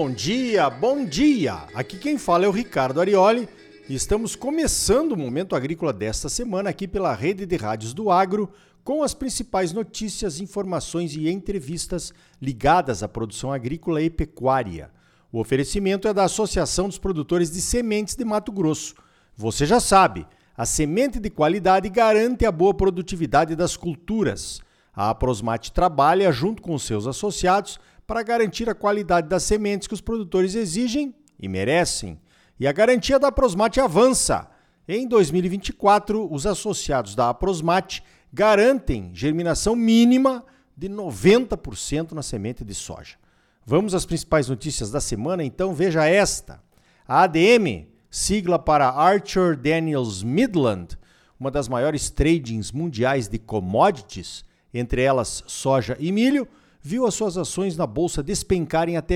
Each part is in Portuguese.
bom dia, bom dia! Aqui quem fala é o Ricardo Arioli e estamos começando o Momento Agrícola desta semana aqui pela Rede de Rádios do Agro com as principais notícias, informações e entrevistas ligadas à produção agrícola e pecuária. O oferecimento é da Associação dos Produtores de Sementes de Mato Grosso. Você já sabe, a semente de qualidade garante a boa produtividade das culturas. A Aprosmate trabalha junto com os seus associados para garantir a qualidade das sementes que os produtores exigem e merecem. E a garantia da Aprosmate avança. Em 2024, os associados da Aprosmate garantem germinação mínima de 90% na semente de soja. Vamos às principais notícias da semana, então veja esta. A ADM, sigla para Archer Daniels Midland, uma das maiores tradings mundiais de commodities, entre elas soja e milho, viu as suas ações na bolsa despencarem até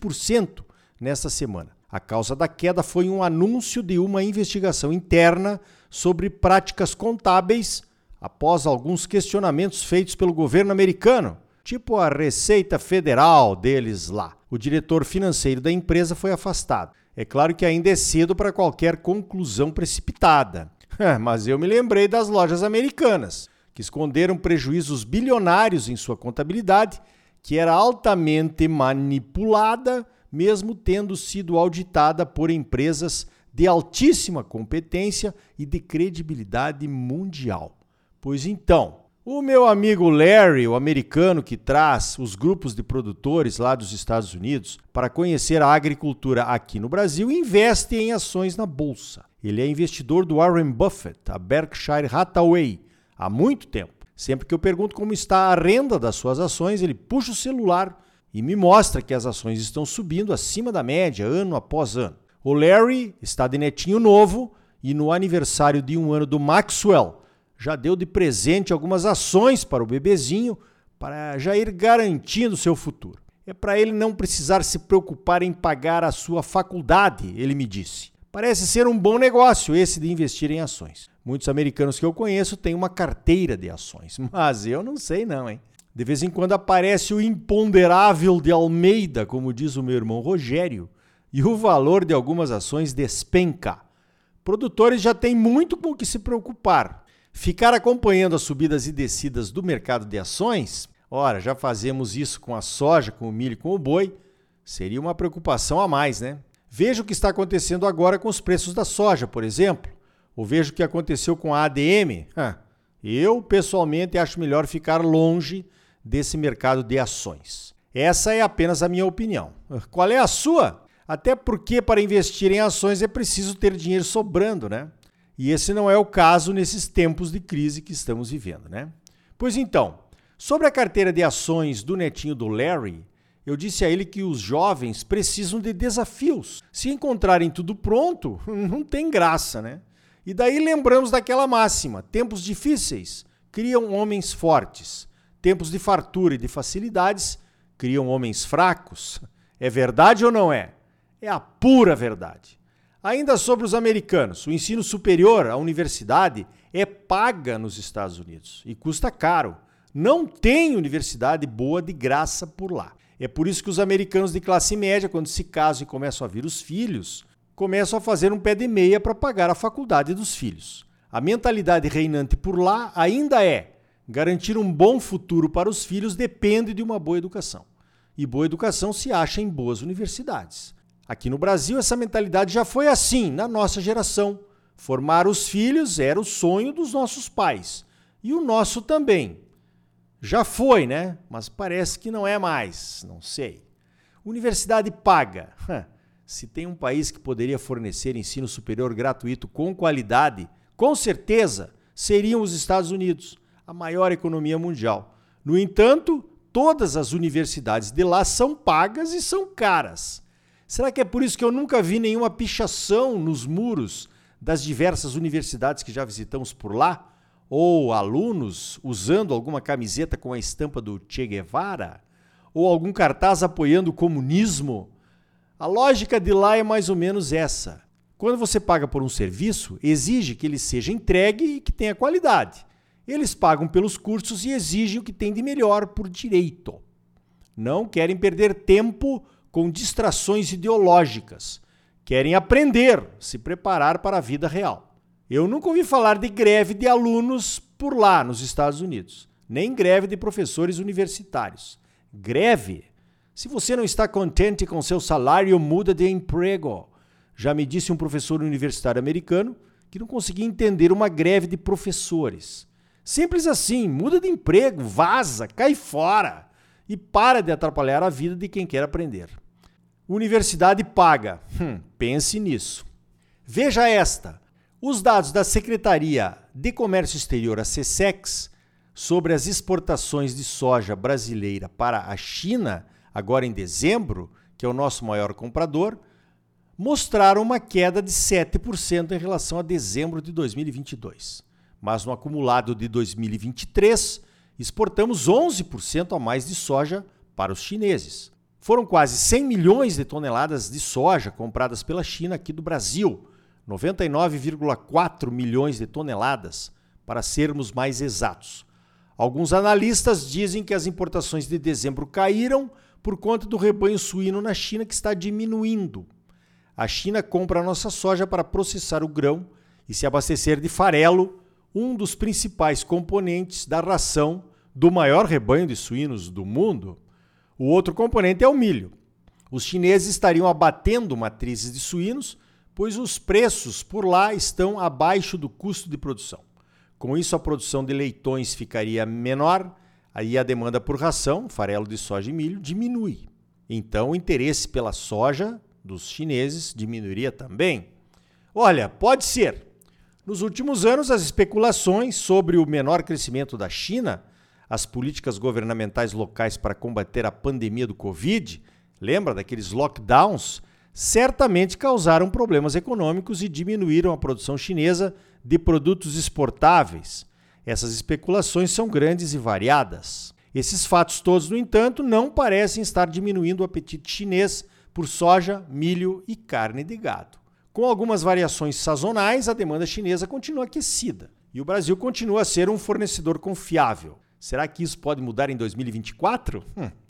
20% nesta semana. A causa da queda foi um anúncio de uma investigação interna sobre práticas contábeis após alguns questionamentos feitos pelo governo americano, tipo a Receita Federal deles lá. O diretor financeiro da empresa foi afastado. É claro que ainda é cedo para qualquer conclusão precipitada, mas eu me lembrei das lojas americanas, que esconderam prejuízos bilionários em sua contabilidade, que era altamente manipulada, mesmo tendo sido auditada por empresas de altíssima competência e de credibilidade mundial. Pois então, o meu amigo Larry, o americano que traz os grupos de produtores lá dos Estados Unidos para conhecer a agricultura aqui no Brasil, investe em ações na bolsa. Ele é investidor do Warren Buffett, a Berkshire Hathaway, há muito tempo. Sempre que eu pergunto como está a renda das suas ações, ele puxa o celular e me mostra que as ações estão subindo acima da média, ano após ano. O Larry está de netinho novo e no aniversário de 1 ano do Maxwell, já deu de presente algumas ações para o bebezinho para já ir garantindo seu futuro. É para ele não precisar se preocupar em pagar a sua faculdade, ele me disse. Parece ser um bom negócio esse de investir em ações. Muitos americanos que eu conheço têm uma carteira de ações, mas eu não sei não, hein? De vez em quando aparece o imponderável de Almeida, como diz o meu irmão Rogério, e o valor de algumas ações despenca. Produtores já têm muito com o que se preocupar. Ficar acompanhando as subidas e descidas do mercado de ações, ora, já fazemos isso com a soja, com o milho e com o boi, seria uma preocupação a mais, né? Veja o que está acontecendo agora com os preços da soja, por exemplo, ou veja o que aconteceu com a ADM. Eu, pessoalmente, acho melhor ficar longe desse mercado de ações. Essa é apenas a minha opinião. Qual é a sua? Até porque para investir em ações é preciso ter dinheiro sobrando, né? E esse não é o caso nesses tempos de crise que estamos vivendo, né? Pois então, sobre a carteira de ações do netinho do Larry, eu disse a ele que os jovens precisam de desafios. Se encontrarem tudo pronto, não tem graça, né? E daí lembramos daquela máxima: tempos difíceis criam homens fortes, tempos de fartura e de facilidades criam homens fracos. É verdade ou não é? É a pura verdade. Ainda sobre os americanos, o ensino superior, a universidade, é paga nos Estados Unidos e custa caro. Não tem universidade boa de graça por lá. É por isso que os americanos de classe média, quando se casam e começam a vir os filhos, começam a fazer um pé de meia para pagar a faculdade dos filhos. A mentalidade reinante por lá ainda é: garantir um bom futuro para os filhos depende de uma boa educação. E boa educação se acha em boas universidades. Aqui no Brasil, essa mentalidade já foi assim, na nossa geração. Formar os filhos era o sonho dos nossos pais. E o nosso também. Já foi, né? Mas parece que não é mais. Não sei. Universidade paga. Se tem um país que poderia fornecer ensino superior gratuito com qualidade, com certeza seriam os Estados Unidos, a maior economia mundial. No entanto, todas as universidades de lá são pagas e são caras. Será que é por isso que eu nunca vi nenhuma pichação nos muros das diversas universidades que já visitamos por lá? Ou alunos usando alguma camiseta com a estampa do Che Guevara? Ou algum cartaz apoiando o comunismo? A lógica de lá é mais ou menos essa. Quando você paga por um serviço, exige que ele seja entregue e que tenha qualidade. Eles pagam pelos cursos e exigem o que tem de melhor por direito. Não querem perder tempo com distrações ideológicas. Querem aprender, se preparar para a vida real. Eu nunca ouvi falar de greve de alunos por lá nos Estados Unidos, nem greve de professores universitários. Greve? Se você não está contente com seu salário, muda de emprego. Já me disse um professor universitário americano que não conseguia entender uma greve de professores. Simples assim, muda de emprego, vaza, cai fora e para de atrapalhar a vida de quem quer aprender. Universidade paga. Pense nisso. Veja esta. Os dados da Secretaria de Comércio Exterior, a SECEX, sobre as exportações de soja brasileira para a China, agora em dezembro, que é o nosso maior comprador, mostraram uma queda de 7% em relação a dezembro de 2022. Mas no acumulado de 2023, exportamos 11% a mais de soja para os chineses. Foram quase 100 milhões de toneladas de soja compradas pela China aqui do Brasil, 99,4 milhões de toneladas, para sermos mais exatos. Alguns analistas dizem que as importações de dezembro caíram por conta do rebanho suíno na China, que está diminuindo. A China compra a nossa soja para processar o grão e se abastecer de farelo, um dos principais componentes da ração do maior rebanho de suínos do mundo. O outro componente é o milho. Os chineses estariam abatendo matrizes de suínos, pois os preços por lá estão abaixo do custo de produção. Com isso, a produção de leitões ficaria menor, aí a demanda por ração, farelo de soja e milho, diminui. Então, o interesse pela soja dos chineses diminuiria também. Olha, pode ser. Nos últimos anos, as especulações sobre o menor crescimento da China, as políticas governamentais locais para combater a pandemia do Covid, lembra daqueles lockdowns, certamente causaram problemas econômicos e diminuíram a produção chinesa de produtos exportáveis. Essas especulações são grandes e variadas. Esses fatos todos, no entanto, não parecem estar diminuindo o apetite chinês por soja, milho e carne de gado. Com algumas variações sazonais, a demanda chinesa continua aquecida e o Brasil continua a ser um fornecedor confiável. Será que isso pode mudar em 2024?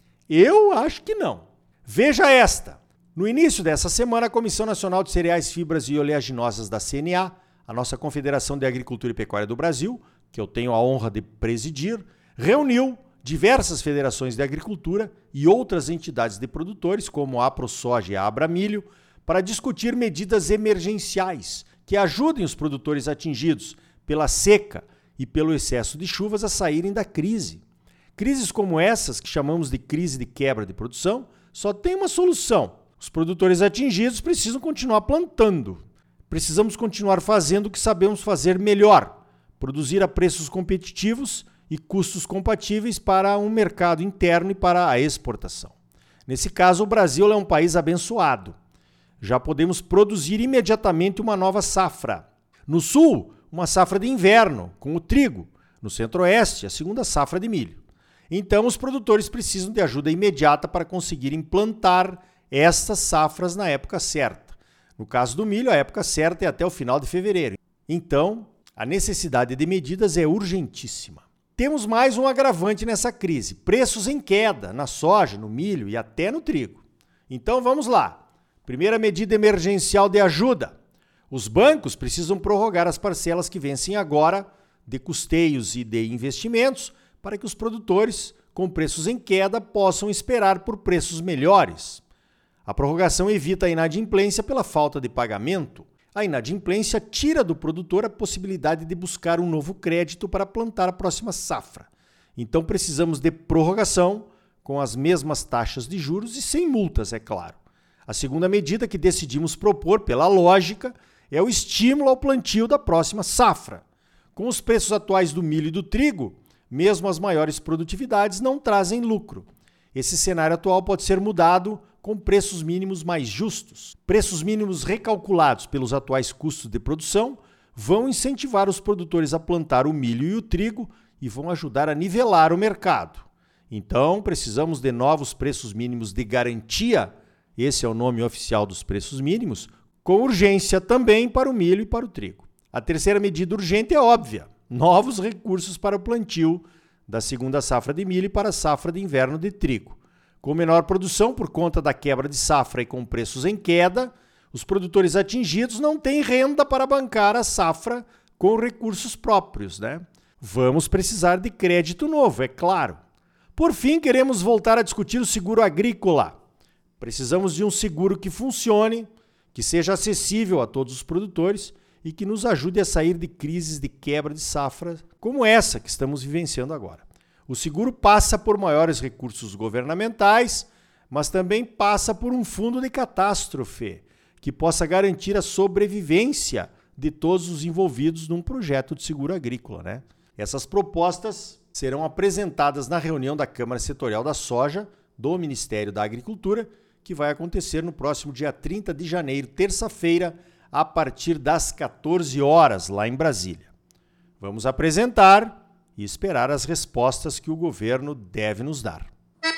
Eu acho que não. Veja esta. No início dessa semana, a Comissão Nacional de Cereais, Fibras e Oleaginosas da CNA, a nossa Confederação de Agricultura e Pecuária do Brasil, que eu tenho a honra de presidir, reuniu diversas federações de agricultura e outras entidades de produtores, como a AproSoja e a Abramilho, para discutir medidas emergenciais que ajudem os produtores atingidos pela seca e pelo excesso de chuvas a saírem da crise. Crises como essas, que chamamos de crise de quebra de produção, só tem uma solução. Os produtores atingidos precisam continuar plantando. Precisamos continuar fazendo o que sabemos fazer melhor, produzir a preços competitivos e custos compatíveis para um mercado interno e para a exportação. Nesse caso, o Brasil é um país abençoado. Já podemos produzir imediatamente uma nova safra. No sul, uma safra de inverno, com o trigo. No centro-oeste, a segunda safra de milho. Então, os produtores precisam de ajuda imediata para conseguirem plantar estas safras na época certa. No caso do milho, a época certa é até o final de fevereiro. Então, a necessidade de medidas é urgentíssima. Temos mais um agravante nessa crise: preços em queda na soja, no milho e até no trigo. Então, vamos lá. Primeira medida emergencial de ajuda. Os bancos precisam prorrogar as parcelas que vencem agora de custeios e de investimentos para que os produtores com preços em queda possam esperar por preços melhores. A prorrogação evita a inadimplência pela falta de pagamento. A inadimplência tira do produtor a possibilidade de buscar um novo crédito para plantar a próxima safra. Então precisamos de prorrogação com as mesmas taxas de juros e sem multas, é claro. A segunda medida que decidimos propor, pela lógica, é o estímulo ao plantio da próxima safra. Com os preços atuais do milho e do trigo, mesmo as maiores produtividades não trazem lucro. Esse cenário atual pode ser mudado com preços mínimos mais justos. Preços mínimos recalculados pelos atuais custos de produção vão incentivar os produtores a plantar o milho e o trigo e vão ajudar a nivelar o mercado. Então, precisamos de novos preços mínimos de garantia, esse é o nome oficial dos preços mínimos, com urgência também para o milho e para o trigo. A terceira medida urgente é óbvia: novos recursos para o plantio da segunda safra de milho e para a safra de inverno de trigo. Com menor produção por conta da quebra de safra e com preços em queda, os produtores atingidos não têm renda para bancar a safra com recursos próprios, né? Vamos precisar de crédito novo, é claro. Por fim, queremos voltar a discutir o seguro agrícola. Precisamos de um seguro que funcione, que seja acessível a todos os produtores e que nos ajude a sair de crises de quebra de safra como essa que estamos vivenciando agora. O seguro passa por maiores recursos governamentais, mas também passa por um fundo de catástrofe que possa garantir a sobrevivência de todos os envolvidos num projeto de seguro agrícola, né? Essas propostas serão apresentadas na reunião da Câmara Setorial da Soja do Ministério da Agricultura, que vai acontecer no próximo dia 30 de janeiro, terça-feira, a partir das 14 horas, lá em Brasília. Vamos apresentar e esperar as respostas que o governo deve nos dar.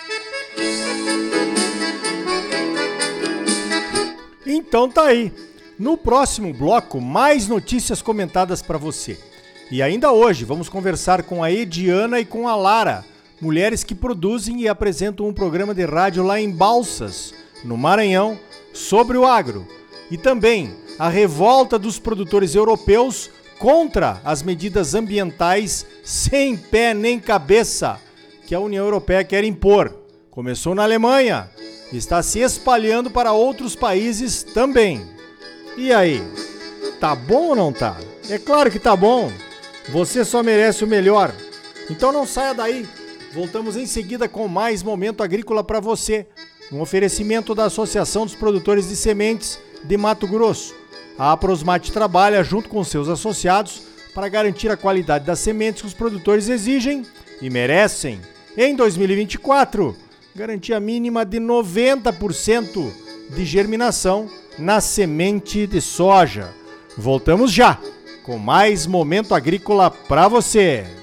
Então tá aí. No próximo bloco, mais notícias comentadas para você. E ainda hoje, vamos conversar com a Ediana e com a Lara, mulheres que produzem e apresentam um programa de rádio lá em Balsas, no Maranhão, sobre o agro. E também a revolta dos produtores europeus contra as medidas ambientais sem pé nem cabeça que a União Europeia quer impor. Começou na Alemanha, está se espalhando para outros países também. E aí, tá bom ou não tá? É claro que tá bom. Você só merece o melhor. Então não saia daí. Voltamos em seguida com mais Momento Agrícola para você. Um oferecimento da Associação dos Produtores de Sementes de Mato Grosso. A Aprosmate trabalha junto com seus associados para garantir a qualidade das sementes que os produtores exigem e merecem. Em 2024, garantia mínima de 90% de germinação na semente de soja. Voltamos já com mais Momento Agrícola para você.